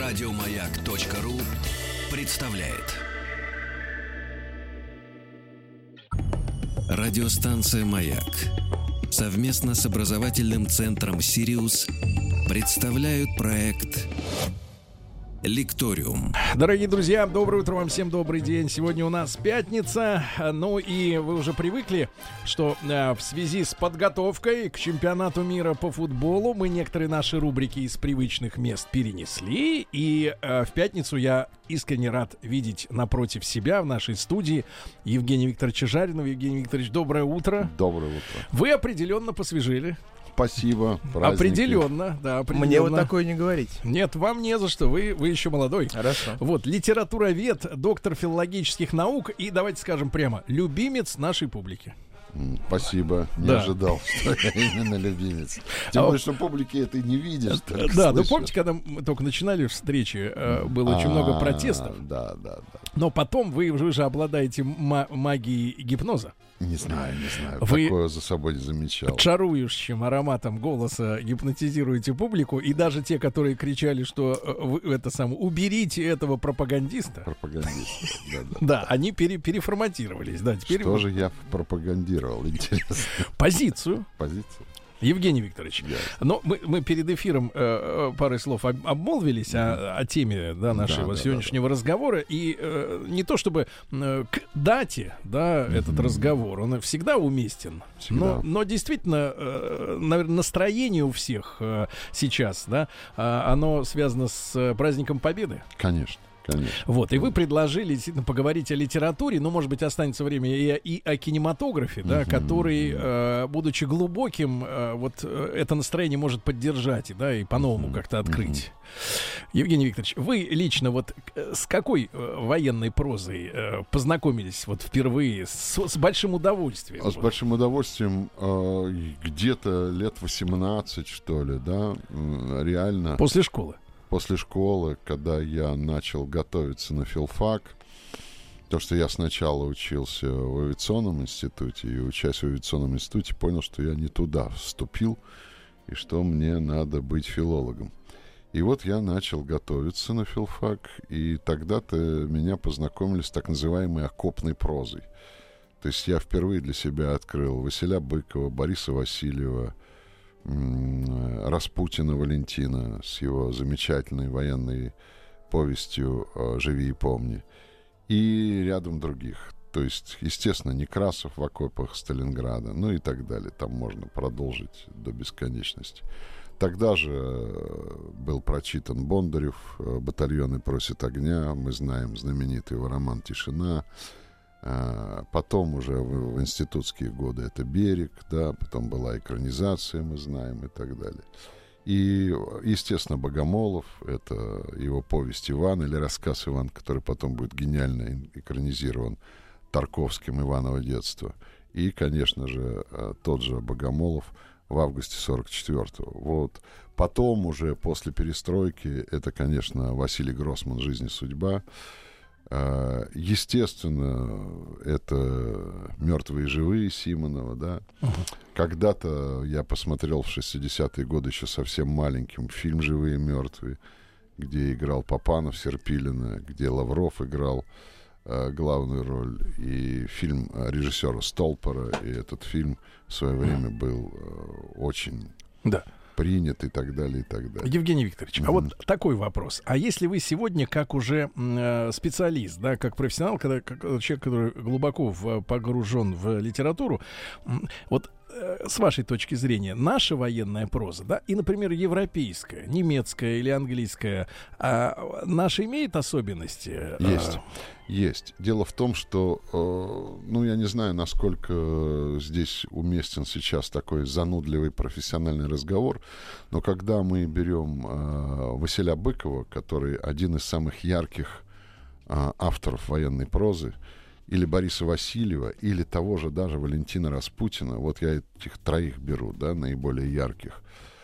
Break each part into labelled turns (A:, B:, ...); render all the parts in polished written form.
A: Радиомаяк.ру представляет. Радиостанция «Маяк» совместно с образовательным центром «Сириус» представляют проект «Лекториум».
B: Дорогие друзья, доброе утро вам, всем добрый день. Сегодня у нас пятница. Ну и вы уже привыкли, что в связи с подготовкой к чемпионату мира по футболу мы некоторые наши рубрики из привычных мест перенесли. И в пятницу я искренне рад видеть напротив себя в нашей студии Евгения Викторовича Жаринова. Евгений Викторович, доброе утро.
C: Доброе утро.
B: Вы определенно посвежели.
C: Спасибо. Праздники.
B: Определенно, да, определенно.
D: Мне вот такое не говорить.
B: Нет, вам не за что, вы еще молодой.
D: Хорошо.
B: Вот, литературовед, доктор филологических наук и, давайте скажем прямо, любимец нашей публики.
C: Спасибо. Не ожидал, что я именно любимец. Тем более, что публики это не видишь.
B: Да, ну помните, когда мы только начинали встречи, было очень много протестов.
C: Да.
B: Но потом вы же обладаете магией гипноза.
C: Не знаю.
B: Вы
C: такое за собой не замечал.
B: чарующим ароматом голоса гипнотизируете публику, и даже те, которые кричали, что уберите этого пропагандиста.
C: Пропагандист.
B: Да, они переформатировались. Да, теперь
C: что же я пропагандировал, интересно?
B: Позицию. Евгений Викторович, но мы перед эфиром парой слов обмолвились о теме нашего сегодняшнего разговора. И не то чтобы к дате этот разговор, он всегда уместен. Но действительно, наверное, настроение у всех сейчас, оно связано с праздником Победы.
C: Конечно.
B: Вот, и вы предложили действительно поговорить о литературе, но, может быть, останется время и о кинематографе, который, будучи глубоким, это настроение может поддержать и по-новому как-то открыть. Евгений Викторович, вы лично с какой военной прозой познакомились впервые с большим удовольствием?
C: С большим удовольствием где-то лет 18, что ли, реально. После школы, когда я начал готовиться на филфак, то, что я сначала учился в авиационном институте, и, учась в авиационном институте, понял, что я не туда вступил, и что мне надо быть филологом. И вот я начал готовиться на филфак, и тогда-то меня познакомили с так называемой окопной прозой. То есть я впервые для себя открыл Василя Быкова, Бориса Васильева, Распутина Валентина с его замечательной военной повестью «Живи и помни», и рядом других. То есть, естественно, Некрасов в окопах Сталинграда, и так далее. Там можно продолжить до бесконечности. Тогда же был прочитан Бондарев «Батальоны просят огня», мы знаем знаменитый его роман «Тишина». Потом уже в институтские годы это «Берег», потом была экранизация, мы знаем, и так далее. И, естественно, Богомолов, это его повесть «Иван» или рассказ «Иван», который потом будет гениально экранизирован Тарковским «Иваново детство». И, конечно же, тот же Богомолов в августе 44-го. Вот. Потом уже после перестройки это, конечно, Василий Гроссман «Жизнь и судьба». Естественно, это «Мертвые и живые» Симонова, Когда-то я посмотрел в 60-е годы еще совсем маленьким фильм «Живые и мертвые», где играл Папанов, Серпилина, где Лавров играл главную роль, и фильм режиссера Столпара, и этот фильм в свое время был очень принят и так далее, и так далее.
B: Евгений Викторович, а вот такой вопрос. А если вы сегодня как уже специалист, как профессионал, как человек, который глубоко погружен в литературу, с вашей точки зрения, наша военная проза, и, например, европейская, немецкая или английская, наша имеет особенности?
C: Есть. Дело в том, что, я не знаю, насколько здесь уместен сейчас такой занудливый профессиональный разговор, но когда мы берем Василя Быкова, который один из самых ярких авторов военной прозы, или Бориса Васильева, или того же даже Валентина Распутина, вот я этих троих беру, наиболее ярких,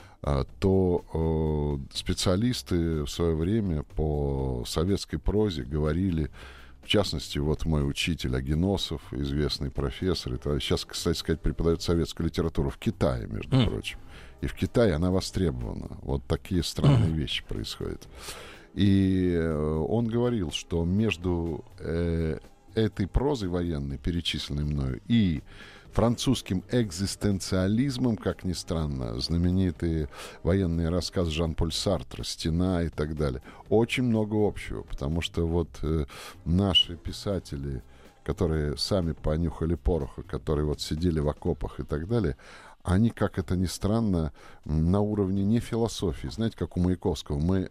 C: то специалисты в свое время по советской прозе говорили, в частности, мой учитель Агиносов, известный профессор, это сейчас, кстати сказать, преподает советскую литературу в Китае, между прочим. И в Китае она востребована. Вот такие странные вещи происходят. И он говорил, что между этой прозой военной, перечисленной мною, и французским экзистенциализмом, как ни странно, знаменитые военные рассказы Жан-Поль Сартра, «Стена» и так далее, очень много общего, потому что вот наши писатели, которые сами понюхали пороха, которые вот сидели в окопах и так далее, они, как это ни странно, на уровне не философии. Знаете, как у Маяковского. Мы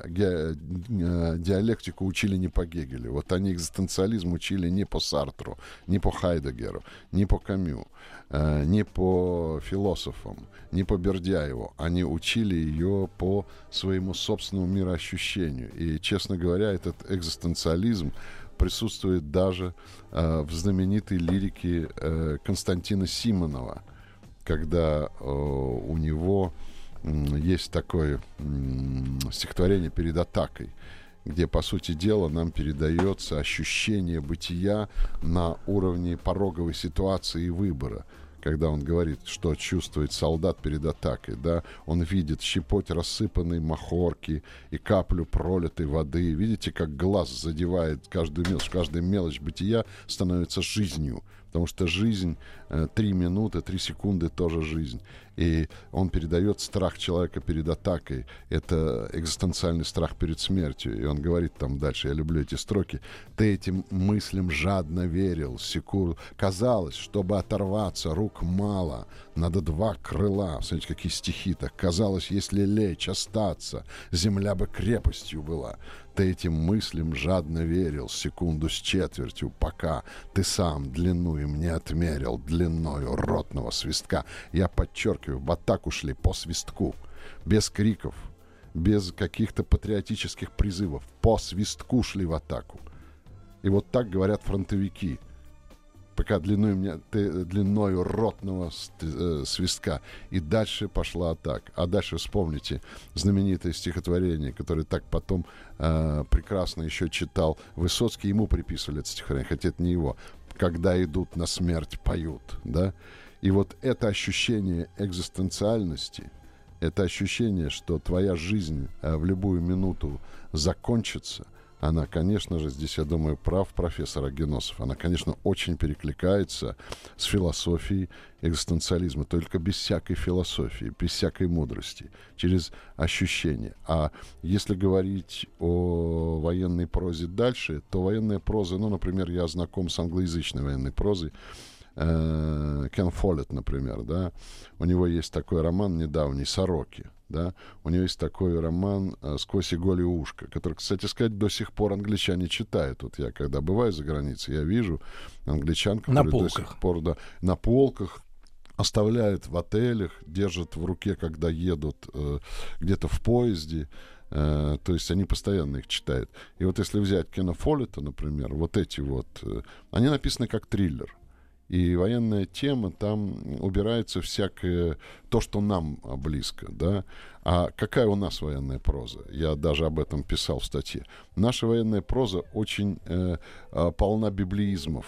C: диалектику учили не по Гегелю. Вот они экзистенциализм учили не по Сартру, не по Хайдеггеру, не по Камю, не по философам, не по Бердяеву. Они учили ее по своему собственному мироощущению. И, честно говоря, этот экзистенциализм присутствует даже в знаменитой лирике Константина Симонова, когда у него есть такое стихотворение «Перед атакой», где, по сути дела, нам передается ощущение бытия на уровне пороговой ситуации и выбора. Когда он говорит, что чувствует солдат перед атакой, да, он видит щепоть рассыпанной махорки и каплю пролитой воды. Видите, как глаз задевает каждая мелочь бытия становится жизнью. Потому что жизнь, 3 минуты, 3 секунды тоже жизнь. И он передает страх человека перед атакой. Это экзистенциальный страх перед смертью. И он говорит там дальше, я люблю эти строки. «Ты этим мыслям жадно верил, секунду. Казалось, чтобы оторваться, рук мало. Надо 2 крыла». Смотрите, какие стихи-то. «Казалось, если лечь, остаться, земля бы крепостью была. Ты этим мыслям жадно верил, секунду с четвертью, пока ты сам длину им не отмерил длиною ротного свистка». Я подчеркиваю, в атаку шли по свистку, без криков, без каких-то патриотических призывов. По свистку шли в атаку. И вот так говорят фронтовики. Пока длиною ротного свистка. И дальше пошла атака. А дальше вспомните знаменитое стихотворение, которое так потом прекрасно еще читал Высоцкий. Ему приписывали это стихотворение, хотя это не его. «Когда идут на смерть, поют». Да? И вот это ощущение экзистенциальности, это ощущение, что твоя жизнь в любую минуту закончится, она, конечно же, здесь, я думаю, прав профессор Агиносов, она, конечно, очень перекликается с философией экзистенциализма, только без всякой философии, без всякой мудрости, через ощущение. А если говорить о военной прозе дальше, то военная проза, ну, например, я знаком с англоязычной военной прозой, Кен Фоллетт, например, да, у него есть такой роман недавний «Сороки», да, у него есть такой роман «Сквозь иголе ушко», который, кстати сказать, до сих пор англичане читают. Вот я, когда бываю за границей, я вижу англичан, которые до сих пор, да, на полках оставляют в отелях, держат в руке, когда едут где-то в поезде. То есть они постоянно их читают. И вот если взять Кена Фоллетта, например, вот эти вот, они написаны как триллер. И военная тема, там убирается всякое, то, что нам близко, да. А какая у нас военная проза? Я даже об этом писал в статье. Наша военная проза очень полна библеизмов.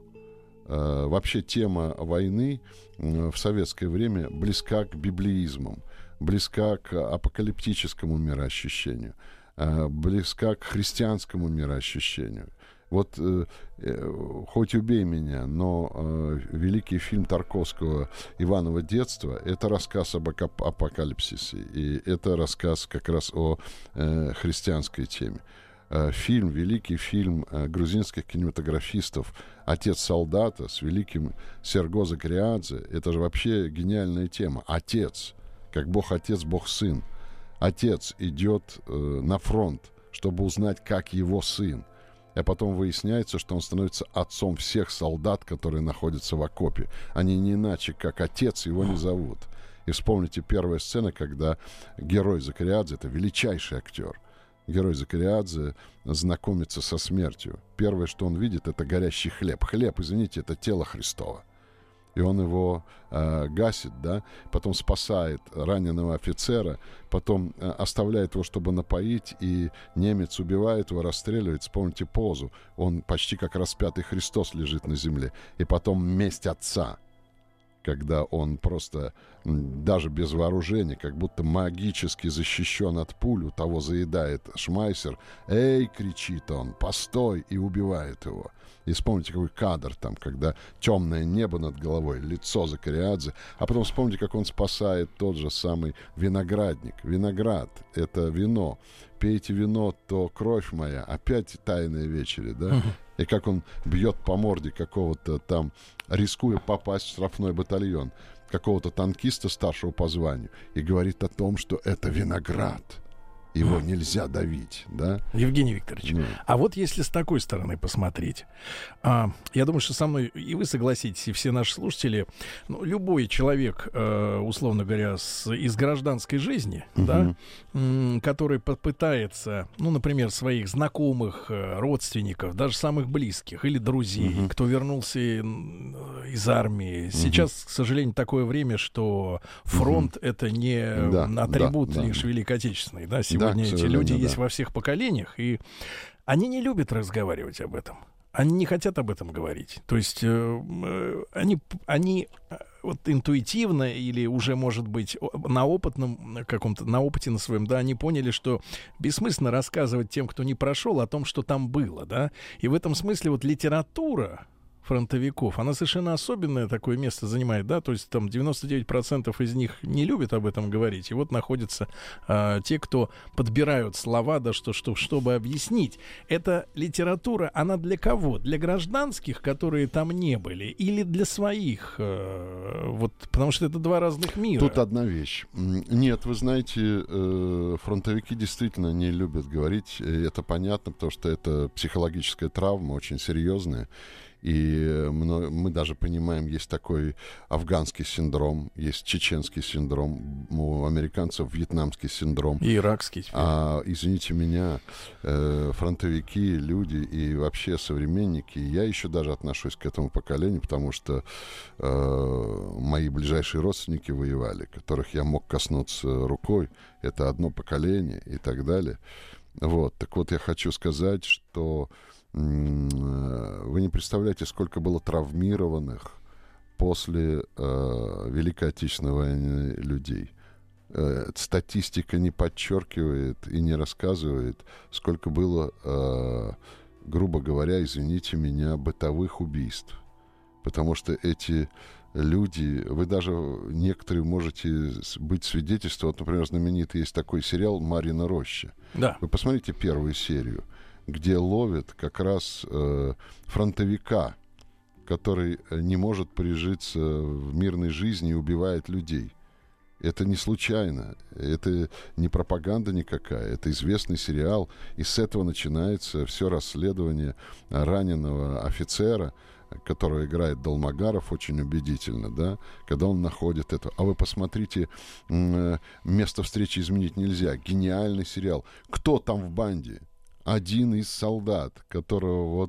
C: Вообще тема войны в советское время близка к библеизмам, близка к апокалиптическому мироощущению, близка к христианскому мироощущению. Вот хоть убей меня, но великий фильм Тарковского «Иваново детство» — это рассказ об апокалипсисе, и это рассказ как раз о христианской теме. Фильм, великий фильм грузинских кинематографистов «Отец солдата» с великим Серго Закриадзе — это же вообще гениальная тема. Отец, как Бог-Отец, Бог-Сын. Отец идет на фронт, чтобы узнать, как его сын. А потом выясняется, что он становится отцом всех солдат, которые находятся в окопе. Они не иначе, как отец, его не зовут. И вспомните первая сцена, когда герой Закриадзе, это величайший актер, герой Закриадзе знакомится со смертью. Первое, что он видит, это горящий хлеб. Хлеб, извините, это тело Христово. И он его гасит, да, потом спасает раненого офицера, потом оставляет его, чтобы напоить, и немец убивает его, расстреливает. Вспомните позу. Он почти как распятый Христос лежит на земле. И потом месть отца. когда он просто даже без вооружения, как будто магически защищен от пуль, того заедает Шмайсер. «Эй!» — кричит он, «постой!» и убивает его. И вспомните, какой кадр там, когда темное небо над головой, лицо Закариадзе. А потом вспомните, как он спасает тот же самый виноградник. Виноград — это вино. Пейте вино, то кровь моя. Опять тайная вечеря, да? И как он бьет по морде какого-то там, рискуя попасть в штрафной батальон, какого-то танкиста старшего по званию, и говорит о том, что это виноград. Его нельзя давить, да?
B: Евгений Викторович, а вот если с такой стороны посмотреть, я думаю, что со мной и вы согласитесь, и все наши слушатели, ну, любой человек, условно говоря, из гражданской жизни, да, который попытается, ну, например, своих знакомых, родственников, даже самых близких или друзей, кто вернулся из армии. Сейчас, к сожалению, такое время, что фронт — это не атрибут лишь Великой Отечественной, да, сегодня эти люди есть во всех поколениях, и они не любят разговаривать об этом. Они не хотят об этом говорить. То есть они вот интуитивно или уже, может быть, на опытном каком-то, на опыте на своем, да, они поняли, что бессмысленно рассказывать тем, кто не прошел, о том, что там было, да. И в этом смысле вот литература фронтовиков, она совершенно особенное такое место занимает, да, то есть там 99% из них не любят об этом говорить, и вот находятся те, кто подбирают слова, да, чтобы объяснить. Эта литература, она для кого? Для гражданских, которые там не были, или для своих? Вот, потому что это два разных мира.
C: Тут одна вещь. Нет, вы знаете, фронтовики действительно не любят говорить, и это понятно, потому что это психологическая травма, очень серьезная. И мы даже понимаем, есть такой афганский синдром, есть чеченский синдром, у американцев вьетнамский синдром.
B: И иракский.
C: Извините меня, фронтовики, люди и вообще современники, я еще даже отношусь к этому поколению, потому что мои ближайшие родственники воевали, которых я мог коснуться рукой. Это одно поколение и так далее. Вот. Так вот, я хочу сказать, что вы не представляете, сколько было травмированных после Великой Отечественной войны людей. Статистика не подчеркивает и не рассказывает, сколько было, грубо говоря, извините меня, бытовых убийств. Потому что эти люди, вы даже некоторые можете быть свидетельством. Вот, например, знаменитый есть такой сериал «Марьина роща».
B: Да.
C: Вы посмотрите первую серию, где ловят как раз фронтовика, который не может прижиться в мирной жизни и убивает людей. Это не случайно, это не пропаганда никакая, это известный сериал, и с этого начинается все расследование раненого офицера, которого играет Долмагаров очень убедительно, да, когда он находит это. А вы посмотрите, «Место встречи изменить нельзя», гениальный сериал. Кто там в банде? Один из солдат, которого вот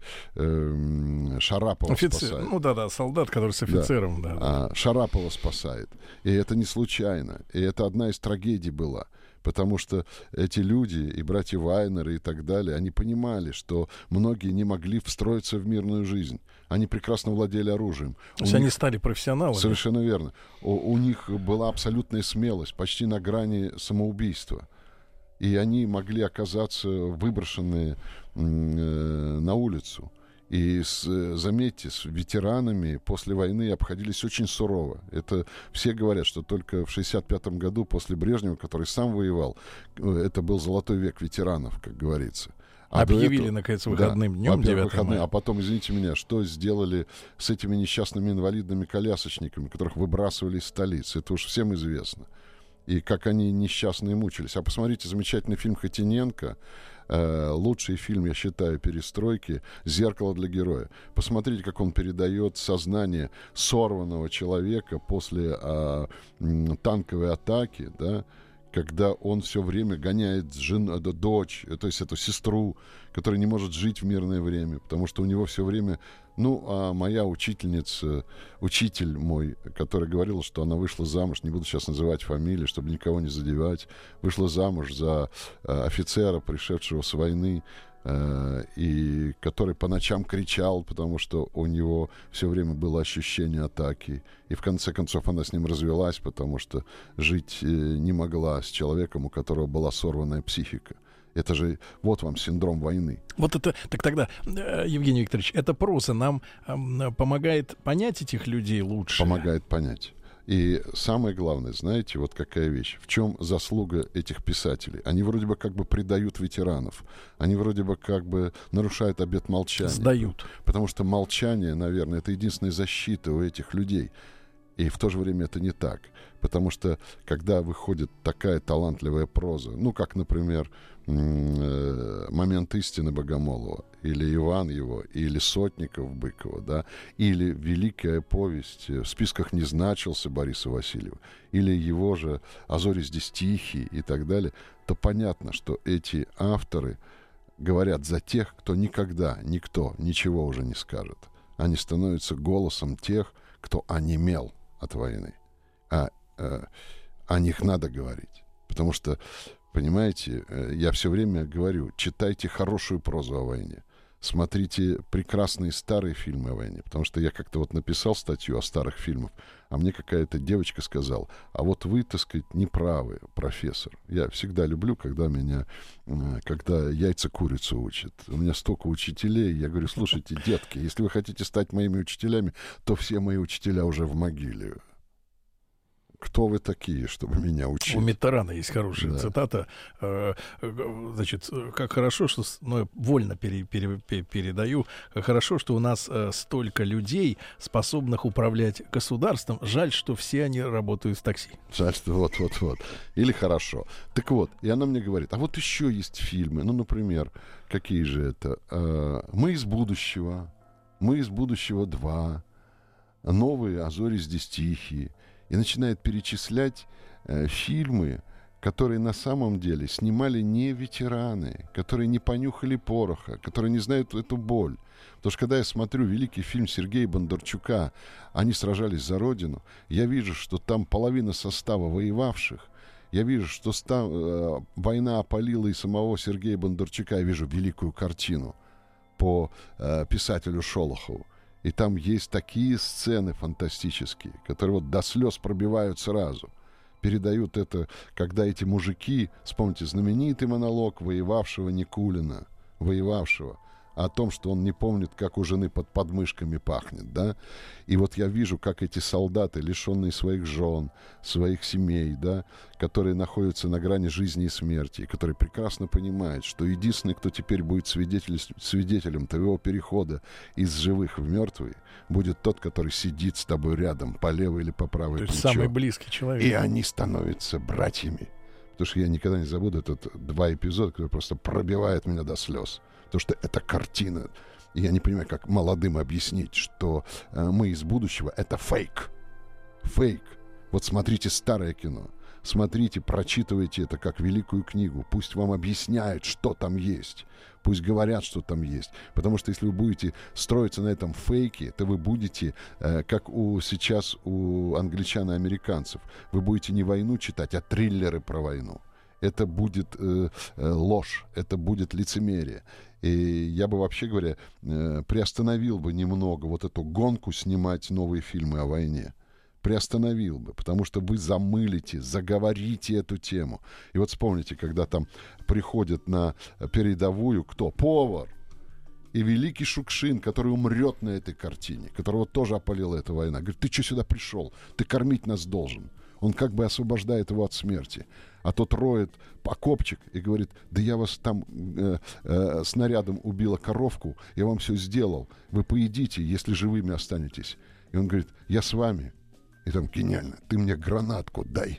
C: Шарапова спасает.
B: Ну да, солдат, который с офицером. Да.
C: Шарапова спасает. И это не случайно. И это одна из трагедий была. Потому что эти люди, и братья Вайнеры и так далее, они понимали, что многие не могли встроиться в мирную жизнь. Они прекрасно владели оружием.
B: То есть они стали профессионалами?
C: Совершенно верно. У них была абсолютная смелость, почти на грани самоубийства. И они могли оказаться выброшенные на улицу. И, заметьте, с ветеранами после войны обходились очень сурово. Это все говорят, что только в 1965 году, после Брежнева, который сам воевал, это был золотой век ветеранов, как говорится.
B: Объявили, наконец, выходным днем 9 мая.
C: А потом, извините меня, что сделали с этими несчастными инвалидными колясочниками, которых выбрасывали из столицы? Это уж всем известно. И как они несчастные мучились. А посмотрите замечательный фильм Хотиненко, лучший фильм, я считаю, перестройки, «Зеркало для героя». Посмотрите, как он передает сознание сорванного человека после танковой атаки, да, когда он все время гоняет дочь, то есть эту сестру, которая не может жить в мирное время, потому что у него все время... а моя учительница, учитель мой, которая говорила, что она вышла замуж, не буду сейчас называть фамилии, чтобы никого не задевать, вышла замуж за офицера, пришедшего с войны, и который по ночам кричал, потому что у него все время было ощущение атаки. И в конце концов она с ним развелась, потому что жить не могла с человеком, у которого была сорванная психика. Это же вот вам синдром войны.
B: Вот это, так тогда, Евгений Викторович, эта проза нам помогает понять этих людей лучше?
C: Помогает понять. И самое главное, знаете, вот какая вещь. В чем заслуга этих писателей? Они вроде бы как бы предают ветеранов. Они вроде бы как бы нарушают обет молчания.
B: Сдают.
C: Потому что молчание, наверное, это единственная защита у этих людей. И в то же время это не так. Потому что, когда выходит такая талантливая проза, ну, как, например, «Момент истины» Богомолова, или «Иван» его, или «Сотников» Быкова, да, или великая повесть «В списках не значился» Бориса Васильева, или его же «А зори здесь тихие» и так далее, то понятно, что эти авторы говорят за тех, кто никогда, никто ничего уже не скажет. Они становятся голосом тех, кто онемел от войны. А о них надо говорить. Потому что, понимаете, я все время говорю, читайте хорошую прозу о войне. Смотрите прекрасные старые фильмы о войне. Потому что я как-то вот написал статью о старых фильмах, а мне какая-то девочка сказала, а вот вы, так сказать, неправы, профессор. Я всегда люблю, когда яйца курицу учат. У меня столько учителей. Я говорю, слушайте, детки, если вы хотите стать моими учителями, то все мои учителя уже в могиле. Кто вы такие, чтобы меня учить?
B: У Миттерана есть хорошая цитата. Значит, как хорошо, что... Ну, вольно передаю. Как хорошо, что у нас столько людей, способных управлять государством. Жаль, что все они работают в такси.
C: Жаль, что вот. Или хорошо. Так вот, и она мне говорит, а вот еще есть фильмы. Ну, например, какие же это? «Мы из будущего». «Мы из будущего 2». «Новые», «А зори здесь тихие». И начинает перечислять фильмы, которые на самом деле снимали не ветераны, которые не понюхали пороха, которые не знают эту боль. Потому что когда я смотрю великий фильм Сергея Бондарчука «Они сражались за Родину», я вижу, что там половина состава воевавших. Я вижу, что война опалила и самого Сергея Бондарчука. Я вижу великую картину по писателю Шолохову. И там есть такие сцены фантастические, которые вот до слез пробивают сразу. Передают это, когда эти мужики, вспомните знаменитый монолог воевавшего Никулина, о том, что он не помнит, как у жены под подмышками пахнет, да? И вот я вижу, как эти солдаты, лишенные своих жен, своих семей, да, которые находятся на грани жизни и смерти, которые прекрасно понимают, что единственный, кто теперь будет свидетелем твоего перехода из живых в мертвые, будет тот, который сидит с тобой рядом, по левой или по правой плечо.
B: То есть самый близкий человек.
C: И они становятся братьями. Потому что я никогда не забуду этот 2 эпизода, которые просто пробивают меня до слез. Потому что это картина. И я не понимаю, как молодым объяснить, что «Мы из будущего» — это фейк. Фейк. Вот смотрите старое кино. Смотрите, прочитывайте это как великую книгу. Пусть вам объясняют, что там есть. Пусть говорят, что там есть. Потому что если вы будете строиться на этом фейке, то вы будете, как сейчас у англичан и американцев, вы будете не войну читать, а триллеры про войну. Это будет ложь, это будет лицемерие. И я бы, вообще говоря, приостановил бы немного вот эту гонку снимать новые фильмы о войне. Приостановил бы, потому что вы замылите, заговорите эту тему. И вот вспомните, когда там приходит на передовую кто? Повар. И великий Шукшин, который умрет на этой картине, которого тоже опалила эта война, говорит, ты что сюда пришел? Ты кормить нас должен. Он как бы освобождает его от смерти. А тот роет окопчик и говорит, да я вас там снарядом убила коровку, я вам все сделал. Вы поедите, если живыми останетесь. И он говорит, я с вами. И там гениально, ты мне гранатку дай.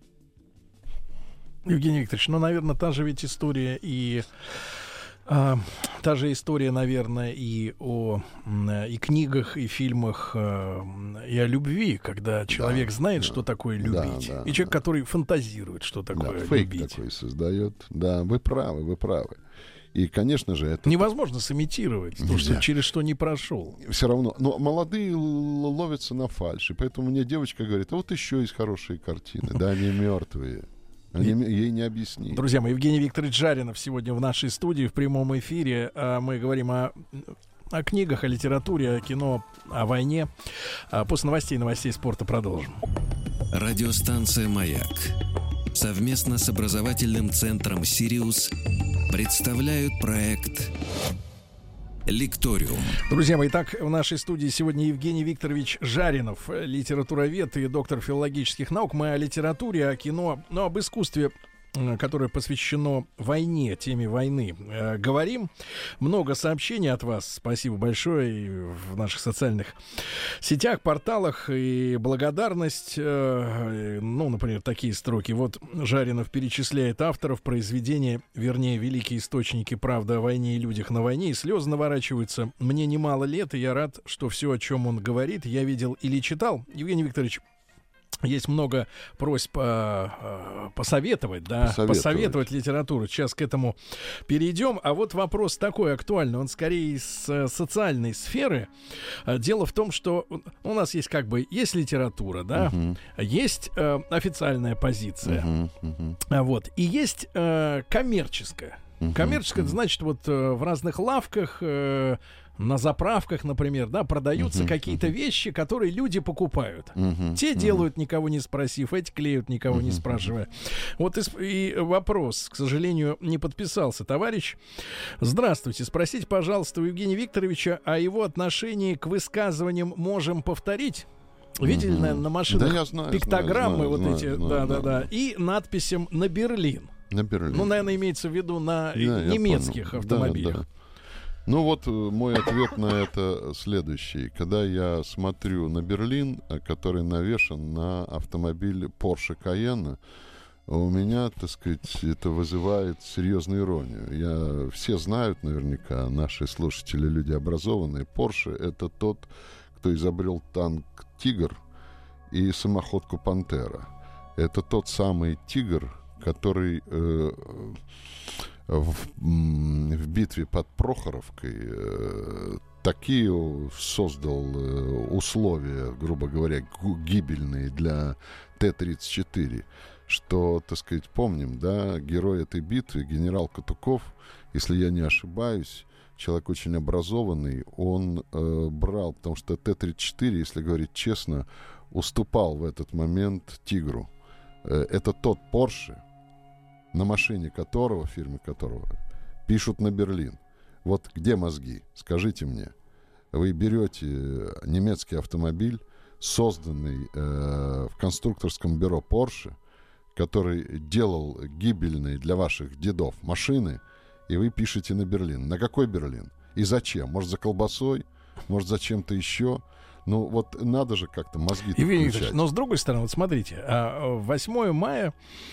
B: Евгений Викторович, ну, наверное, та же ведь история и... та же история, наверное, и о книгах, и фильмах, и о любви, когда человек знает, что такое любить. И человек, который фантазирует, что такое
C: фейк
B: любить.
C: Такой создает. Да, вы правы. И, конечно же, это...
B: Невозможно сымитировать то, что через что не прошел.
C: Все равно. Но молодые ловятся на фальши. Поэтому мне девочка говорит, а вот еще есть хорошие картины. Да, они мертвые. Ей не объяснить.
B: Друзья мои, Евгений Викторович Жаринов сегодня в нашей студии в прямом эфире. Мы говорим о книгах, о литературе, о кино, о войне. После новостей спорта продолжим.
A: Радиостанция «Маяк» совместно с образовательным центром «Сириус» представляют проект «Лекториум».
B: Друзья мои, итак, в нашей студии сегодня Евгений Викторович Жаринов, литературовед и доктор филологических наук. Мы о литературе, о кино, но об искусстве, которое посвящено войне, теме войны, говорим. Много сообщений от вас. Спасибо большое и в наших социальных сетях, порталах. И благодарность, например, такие строки. Вот Жаринов перечисляет авторов произведения, вернее, великие источники правды о войне и людях на войне, и слезы наворачиваются. Мне немало лет, и я рад, что все, о чем он говорит, я видел или читал. Евгений Викторович, есть много просьб посоветовать литературу. Сейчас к этому перейдем. А вот вопрос такой актуальный. Он скорее из социальной сферы. Дело в том, что у нас есть есть литература, да, есть официальная позиция, вот, и есть коммерческая. Коммерческая, это значит, вот в разных лавках, на заправках, например, да, продаются какие-то вещи, которые люди покупают. Те делают, никого не спросив, эти клеют, никого не спрашивая. Вот и вопрос, к сожалению, не подписался товарищ. Здравствуйте, спросите, пожалуйста, у Евгения Викторовича о его отношении к высказываниям «можем повторить». Видели, наверное, на машинах пиктограммы знаю, и надписям «на Берлин». Ну, наверное, имеется в виду на немецких автомобилях.
C: Да. Ну вот мой ответ на это следующий. Когда я смотрю на Берлин, который навешан на автомобиль Porsche Cayenne, у меня, так сказать, это вызывает серьезную иронию. Все знают наверняка, наши слушатели, люди образованные, Porsche — это тот, кто изобрел танк «Тигр» и самоходку «Пантера». Это тот самый «Тигр», который в битве под Прохоровкой такие создал условия, грубо говоря, гибельные для Т-34, что, так сказать, помним, да, герой этой битвы, генерал Катуков, если я не ошибаюсь, человек очень образованный, он брал, потому что Т-34, если говорить честно, уступал в этот момент «Тигру». Это тот Porsche, на машине которого, фирме которого, пишут на Берлин. Вот где мозги? Скажите мне. Вы берете немецкий автомобиль, созданный в конструкторском бюро Porsche, который делал гибельные для ваших дедов машины, и вы пишете на Берлин. На какой Берлин? И зачем? Может, за колбасой? Может, за чем-то еще? Ну, вот надо же как-то мозги включать.
B: Но с другой стороны, вот смотрите, 8 мая,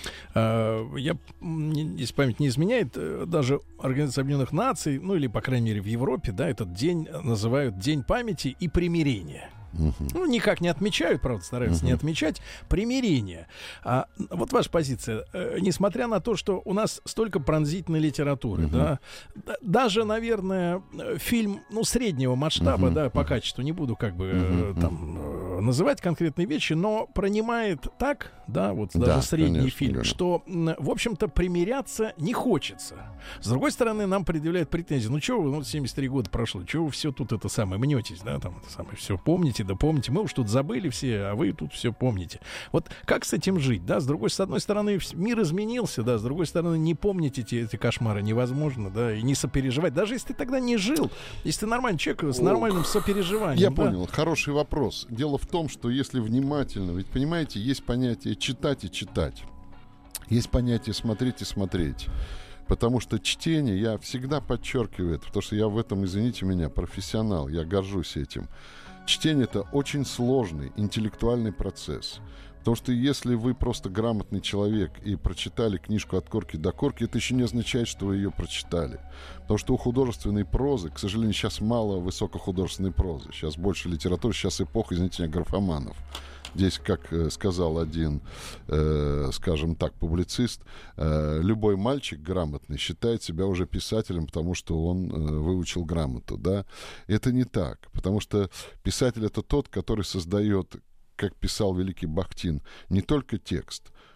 B: если память не изменяет, даже Организация Объединенных Наций, ну или, по крайней мере, в Европе, да, этот день называют День памяти и примирения. Ну, никак не отмечают, правда, стараются не отмечать. Примирение. Вот ваша позиция. Несмотря на то, что у нас столько пронзительной литературы, да, даже, наверное, фильм, среднего масштаба, да, по качеству, не буду там называть конкретные вещи, но пронимает так, да, вот даже средний фильм, что, в общем-то, примиряться не хочется. С другой стороны, нам предъявляют претензии. Ну, что вы, 73 года прошло, что вы все тут мнетесь, да, там, все помните, да помните, мы уж тут забыли все, а вы тут все помните. Вот как с этим жить, да? С одной стороны, мир изменился, да, с другой стороны, не помнить эти кошмары невозможно, да, и не сопереживать. Даже если ты тогда не жил, если ты нормальный человек с нормальным сопереживанием.
C: Я понял, хороший вопрос. Дело в том, что если внимательно, ведь, понимаете, есть понятие читать и читать. Есть понятие смотреть и смотреть. Потому что чтение, я всегда подчеркиваю это, потому что я в этом, извините меня, профессионал, я горжусь этим. Чтение — это очень сложный интеллектуальный процесс. Потому что если вы просто грамотный человек и прочитали книжку от корки до корки, это еще не означает, что вы ее прочитали. Потому что у художественной прозы, к сожалению, сейчас мало высокохудожественной прозы. Сейчас больше литературы, сейчас эпоха, извините меня, графоманов. Здесь, как сказал один, скажем так, публицист, любой мальчик грамотный считает себя уже писателем, потому что он выучил грамоту, да? Это не так, потому что писатель — это тот, который создает, как писал великий Бахтин, не только текст,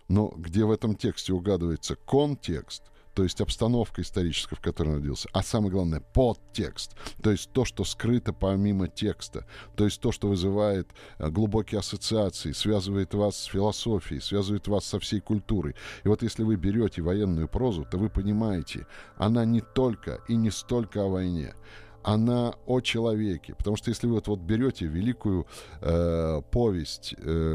C: но где в этом тексте угадывается контекст, то есть обстановка историческая, в которой он родился, а самое главное, подтекст, то есть то, что скрыто помимо текста, то есть то, что вызывает глубокие ассоциации, связывает вас с философией, связывает вас со всей культурой. И вот если вы берете военную прозу, то вы понимаете, она не только и не столько о войне, она о человеке. Потому что если вы вот берете великую повесть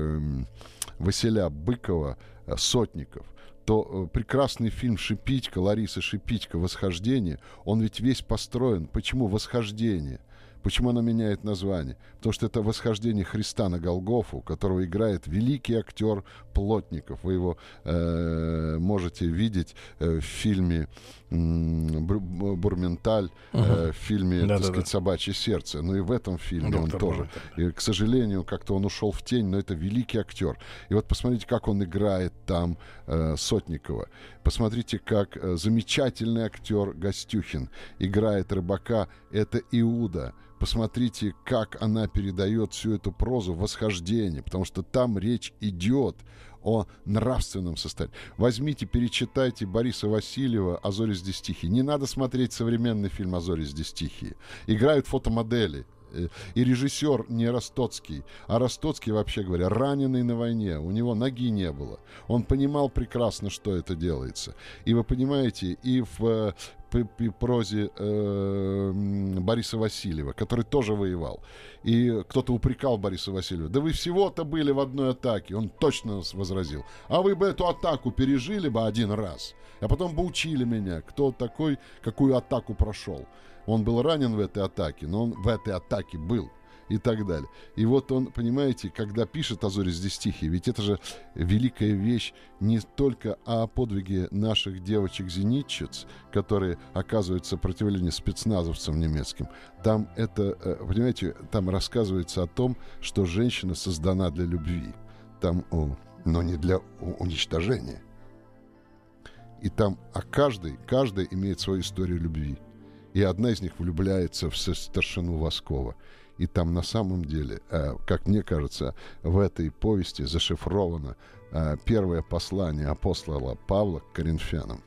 C: Василя Быкова «Сотников», то прекрасный фильм «Шипитько», Лариса Шипитько «Восхождение», он ведь весь построен. Почему «Восхождение»? Почему она меняет название? Потому что это «Восхождение Христа на Голгофу», которого играет великий актер Плотников. Вы его можете видеть в фильме «Бурменталь», в фильме, так сказать, «Собачье сердце». Но и в этом фильме он тоже. И, к сожалению, как-то он ушел в тень, но это великий актер. И вот посмотрите, как он играет там Сотникова. Посмотрите, как замечательный актер Гостюхин играет рыбака. Это Иуда. Посмотрите, как она передает всю эту прозу «Восхождение», потому что там речь идет о нравственном состоянии. Возьмите, перечитайте Бориса Васильева «А зори здесь тихие». Не надо смотреть современный фильм «А зори здесь тихие». Играют фотомодели. И режиссер не Ростоцкий, а Ростоцкий, вообще говоря, раненый на войне. У него ноги не было. Он понимал прекрасно, что это делается. И вы понимаете, и в прозе Бориса Васильева, который тоже воевал. И кто-то упрекал Бориса Васильева: да вы всего-то были в одной атаке. Он точно возразил: а вы бы эту атаку пережили бы один раз, а потом бы учили меня, кто такой, какую атаку прошел. Он был ранен в этой атаке, но он в этой атаке был. И так далее. И вот он, понимаете, когда пишет «А зори здесь тихие», ведь это же великая вещь не только о подвиге наших девочек-зенитчиц, которые оказывают сопротивление спецназовцам немецким. Там это, понимаете, там рассказывается о том, что женщина создана для любви. Там, но не для уничтожения. И там каждый имеет свою историю любви. И одна из них влюбляется в старшину Воскова. И там на самом деле, как мне кажется, в этой повести зашифровано первое послание апостола Павла к коринфянам.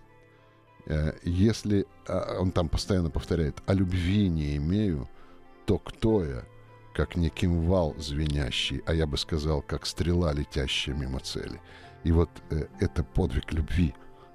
C: Если он там постоянно повторяет: «О любви не имею, то кто я, как не кимвал звенящий, а я бы сказал, как стрела, летящая мимо цели». И вот это подвиг любви.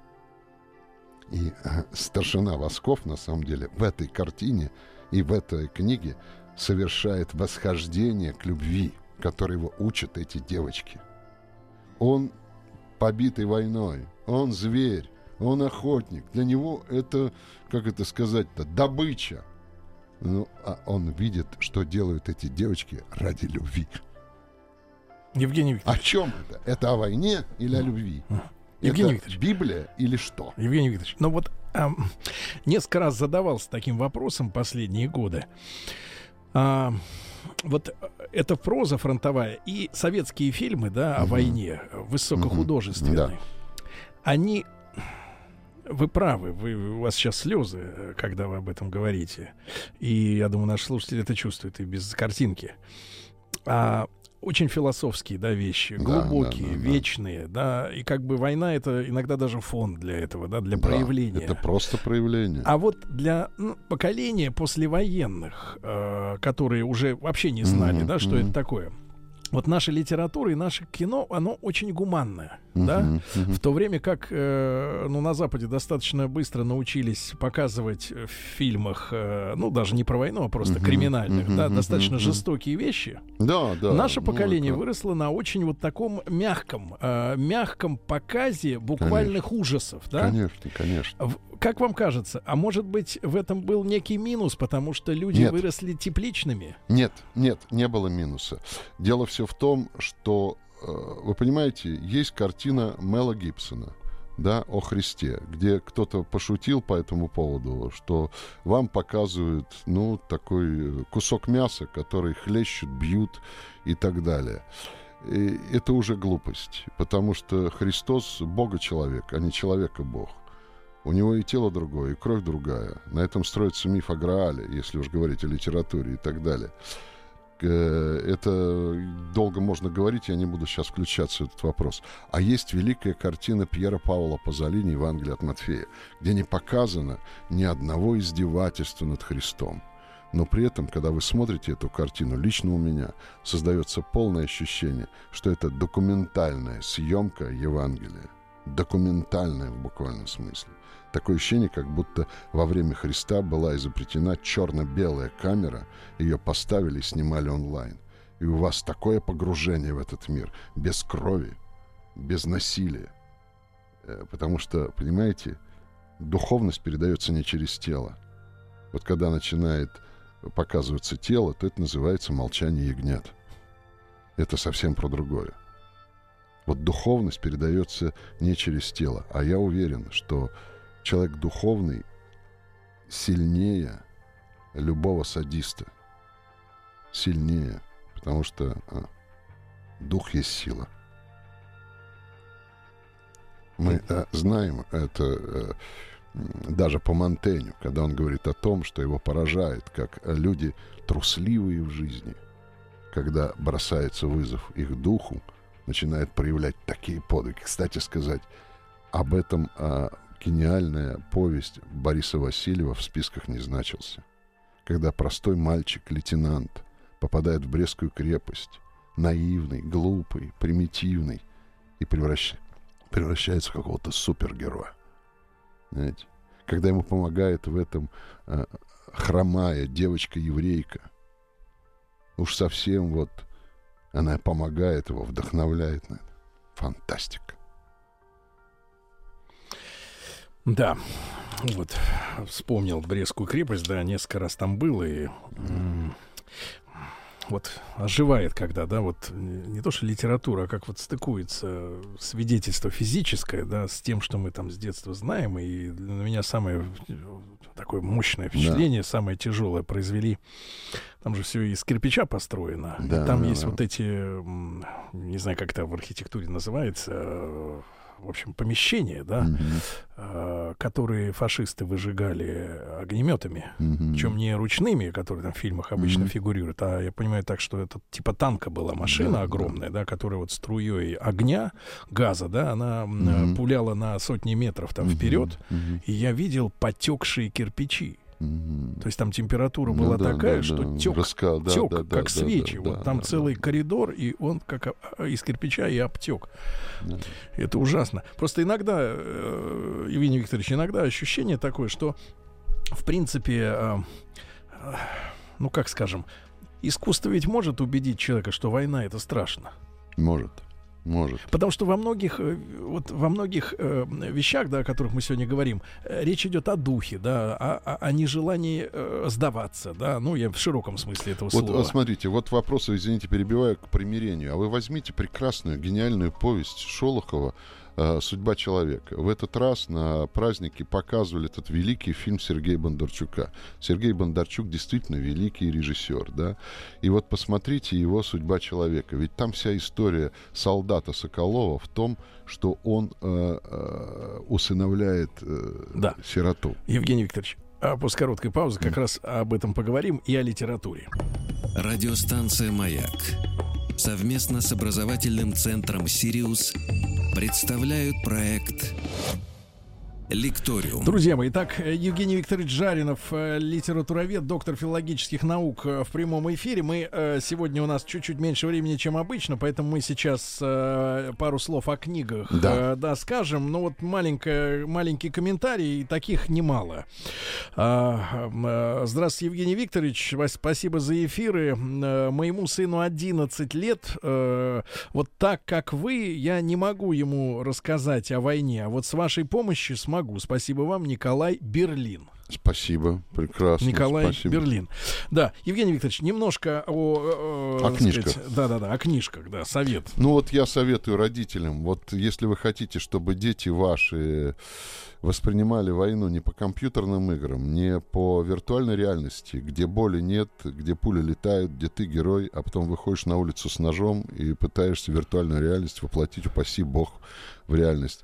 C: И старшина Восков, на самом деле, в этой картине и в этой книге совершает восхождение к любви, которой его учат эти девочки. Он побитый войной, он зверь, он охотник. Для него это, как это сказать-то, добыча. Ну, а он видит, что делают эти девочки ради любви.
B: Евгений Викторович.
C: О чем это? Это о войне или о любви?
B: Евгений
C: это
B: Викторович.
C: Библия или что?
B: Евгений Викторович, ну вот несколько раз задавался таким вопросом последние годы. Вот эта проза фронтовая и советские фильмы, да, о войне, высокохудожественные, они, вы правы, у вас сейчас слезы, когда вы об этом говорите. И я думаю, наши слушатели это чувствуют и без картинки. Очень философские, да, вещи, глубокие, вечные, да, и как бы война — это иногда даже фон для этого, да, для проявления.
C: Это просто проявление.
B: А вот для поколения послевоенных, которые уже вообще не знали, да, что это такое. Вот наша литература и наше кино, оно очень гуманное, да? В то время как, на Западе достаточно быстро научились показывать в фильмах, даже не про войну, а просто криминальных, да, достаточно жестокие вещи.
C: Да.
B: Наше поколение выросло на очень вот таком мягком показе буквальных ужасов, да?
C: Конечно.
B: Как вам кажется, а может быть в этом был некий минус, потому что люди выросли тепличными?
C: Нет, не было минуса. Дело все в том, что, вы понимаете, есть картина Мела Гибсона, да, о Христе, где кто-то пошутил по этому поводу, что вам показывают, такой кусок мяса, который хлещут, бьют и так далее. И это уже глупость, потому что Христос Бога-человек, а не человека-бог. У него и тело другое, и кровь другая. На этом строится миф о Граале, если уж говорить о литературе и так далее. Это долго можно говорить, я не буду сейчас включаться в этот вопрос. А есть великая картина Пьера Паула Пазолини «Евангелие от Матфея», где не показано ни одного издевательства над Христом. Но при этом, когда вы смотрите эту картину, лично у меня создается полное ощущение, что это документальная съемка Евангелия. Документальная в буквальном смысле. Такое ощущение, как будто во время Христа была изобретена черно-белая камера, ее поставили и снимали онлайн. И у вас такое погружение в этот мир, без крови, без насилия. Потому что, понимаете, духовность передается не через тело. Вот когда начинает показываться тело, то это называется молчание ягнят. Это совсем про другое. Вот духовность передается не через тело. А я уверен, что человек духовный сильнее любого садиста. Сильнее. Потому что дух есть сила. Мы знаем это даже по Монтенью, когда он говорит о том, что его поражает, как люди трусливые в жизни, когда бросается вызов их духу, начинают проявлять такие подвиги. Кстати сказать, об этом гениальная повесть Бориса Васильева в списках не значился. Когда простой мальчик-лейтенант попадает в Брестскую крепость, наивный, глупый, примитивный, и превращается в какого-то супергероя. Знаете? Когда ему помогает в этом хромая девочка-еврейка, уж совсем вот она помогает его, вдохновляет на это. Фантастика.
B: Да, вот вспомнил Брестскую крепость, да, несколько раз там был, и вот оживает, когда, да, вот не то что литература, а как вот стыкуется свидетельство физическое, да, с тем, что мы там с детства знаем, и для меня самое такое мощное впечатление, да, самое тяжелое произвели. Там же все из кирпича построено. Да, там есть вот эти, не знаю, как это в архитектуре называется, в общем, помещения, да, которые фашисты выжигали огнеметами, причем не ручными, которые там в фильмах обычно фигурируют, а я понимаю так, что это типа танка была машина огромная, да, которая вот струей огня, газа, да, она пуляла на сотни метров там вперед, и я видел потекшие кирпичи. То есть там температура была такая, что тек, как свечи. Вот там целый коридор, и он как из кирпича и обтек. Это ужасно. Просто иногда, Евгений Викторович, иногда ощущение такое, что в принципе, ну как скажем, искусство ведь может убедить человека, что война — это страшно.
C: Может.
B: Потому что во многих вещах, да, о которых мы сегодня говорим, речь идет о духе, да, о нежелании сдаваться, да, ну, я в широком смысле этого слова.
C: Вот смотрите, вот вопрос, извините, перебиваю, к примирению. А вы возьмите прекрасную, гениальную повесть Шолохова «Судьба человека». В этот раз на празднике показывали этот великий фильм Сергея Бондарчука. Сергей Бондарчук действительно великий режиссер, да. И вот посмотрите его «Судьба человека». Ведь там вся история солдата Соколова в том, что он усыновляет сироту.
B: Евгений Викторович, после короткой паузы как раз об этом поговорим и о литературе.
A: Радиостанция «Маяк» совместно с образовательным центром «Сириус» представляют проект «Лекториум».
B: Друзья мои, итак, Евгений Викторович Жаринов, литературовед, доктор филологических наук, в прямом эфире. Мы сегодня, у нас чуть-чуть меньше времени, чем обычно, поэтому мы сейчас пару слов о книгах скажем. Но вот маленький комментарий, и таких немало. Здравствуйте, Евгений Викторович, спасибо за эфиры. Моему сыну 11 лет. Вот так, как вы, я не могу ему рассказать о войне, а вот с вашей помощью смогу. Спасибо вам, Николай, Берлин.
C: Спасибо, прекрасно.
B: Николай,
C: спасибо.
B: Берлин. Да, Евгений Викторович, немножко о
C: книжках.
B: О книжках, да, совет.
C: Ну вот я советую родителям, вот если вы хотите, чтобы дети ваши воспринимали войну не по компьютерным играм, не по виртуальной реальности, где боли нет, где пули летают, где ты герой, а потом выходишь на улицу с ножом и пытаешься виртуальную реальность воплотить, упаси Бог, в реальность.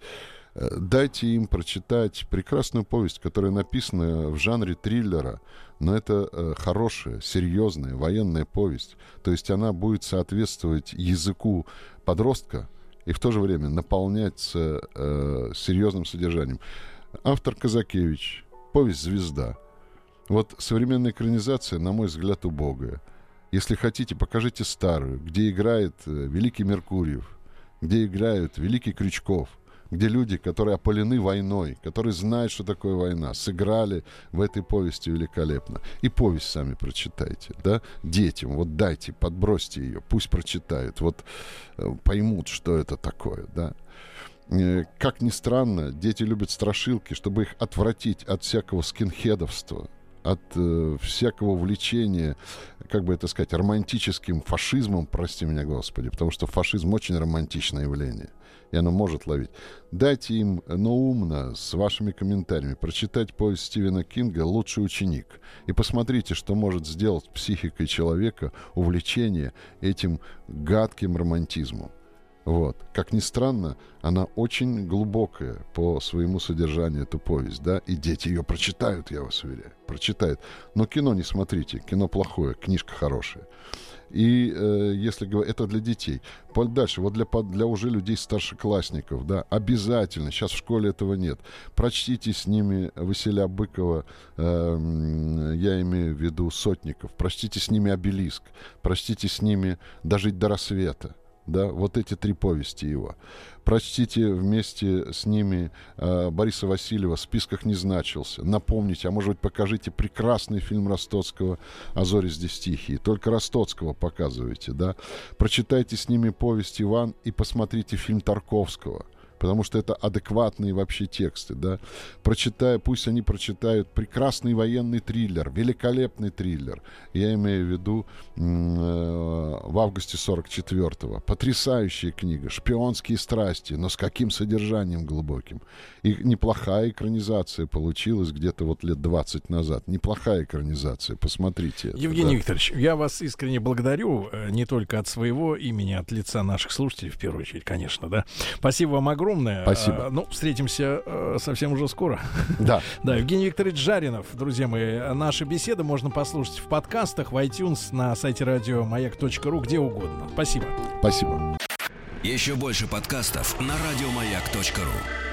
C: Дайте им прочитать прекрасную повесть, которая написана в жанре триллера, но это хорошая, серьезная военная повесть. То есть она будет соответствовать языку подростка и в то же время наполняться серьезным содержанием. Автор Казакевич, повесть «Звезда». Вот современная экранизация, на мой взгляд, убогая. Если хотите, покажите старую, где играет великий Меркурьев, где играют великий Крючков, где люди, которые опалены войной, которые знают, что такое война, сыграли в этой повести великолепно. И повесть сами прочитайте, да, детям, вот дайте, подбросьте ее, пусть прочитают, вот поймут, что это такое, да. Как ни странно, дети любят страшилки, чтобы их отвратить от всякого скинхедовства, от всякого увлечения, как бы это сказать, романтическим фашизмом, прости меня, Господи, потому что фашизм очень романтичное явление, и оно может ловить. Дайте им, но умно, с вашими комментариями, прочитать повесть Стивена Кинга «Лучший ученик» и посмотрите, что может сделать с психикой человека увлечение этим гадким романтизмом. Вот. Как ни странно, она очень глубокая по своему содержанию, эта повесть, да, и дети ее прочитают, я вас уверяю, прочитают. Но кино не смотрите, кино плохое, книжка хорошая. И если говорить, это для детей. Дальше, вот для уже людей старшеклассников, да, обязательно, сейчас в школе этого нет, прочтите с ними Василя Быкова, я имею в виду Сотников, прочтите с ними «Обелиск», прочтите с ними «Дожить до рассвета». Да, вот эти 3 повести его. Прочтите вместе с ними Бориса Васильева «В списках не значился». Напомните, а может быть, покажите прекрасный фильм Ростоцкого «А зори здесь тихие». Только Ростоцкого показывайте, да. Прочитайте с ними повесть «Иван» и посмотрите фильм Тарковского, потому что это адекватные вообще тексты, да. Пусть они прочитают прекрасный военный триллер, великолепный триллер. Я имею в виду «В августе 44-го». Потрясающая книга, шпионские страсти, но с каким содержанием глубоким. И неплохая экранизация получилась где-то вот лет 20 назад. Неплохая экранизация, посмотрите.
B: Евгений Викторович, я вас искренне благодарю, не только от своего имени, от лица наших слушателей, в первую очередь, конечно, да. Спасибо вам огромное.
C: Спасибо.
B: Ну, встретимся совсем уже скоро.
C: Да.
B: Да, Евгений Викторович Жаринов, друзья мои. Наши беседы можно послушать в подкастах, в iTunes, на сайте радиомаяк.ру, где угодно. Спасибо.
C: Спасибо.
A: Еще больше подкастов на радиомаяк.ру.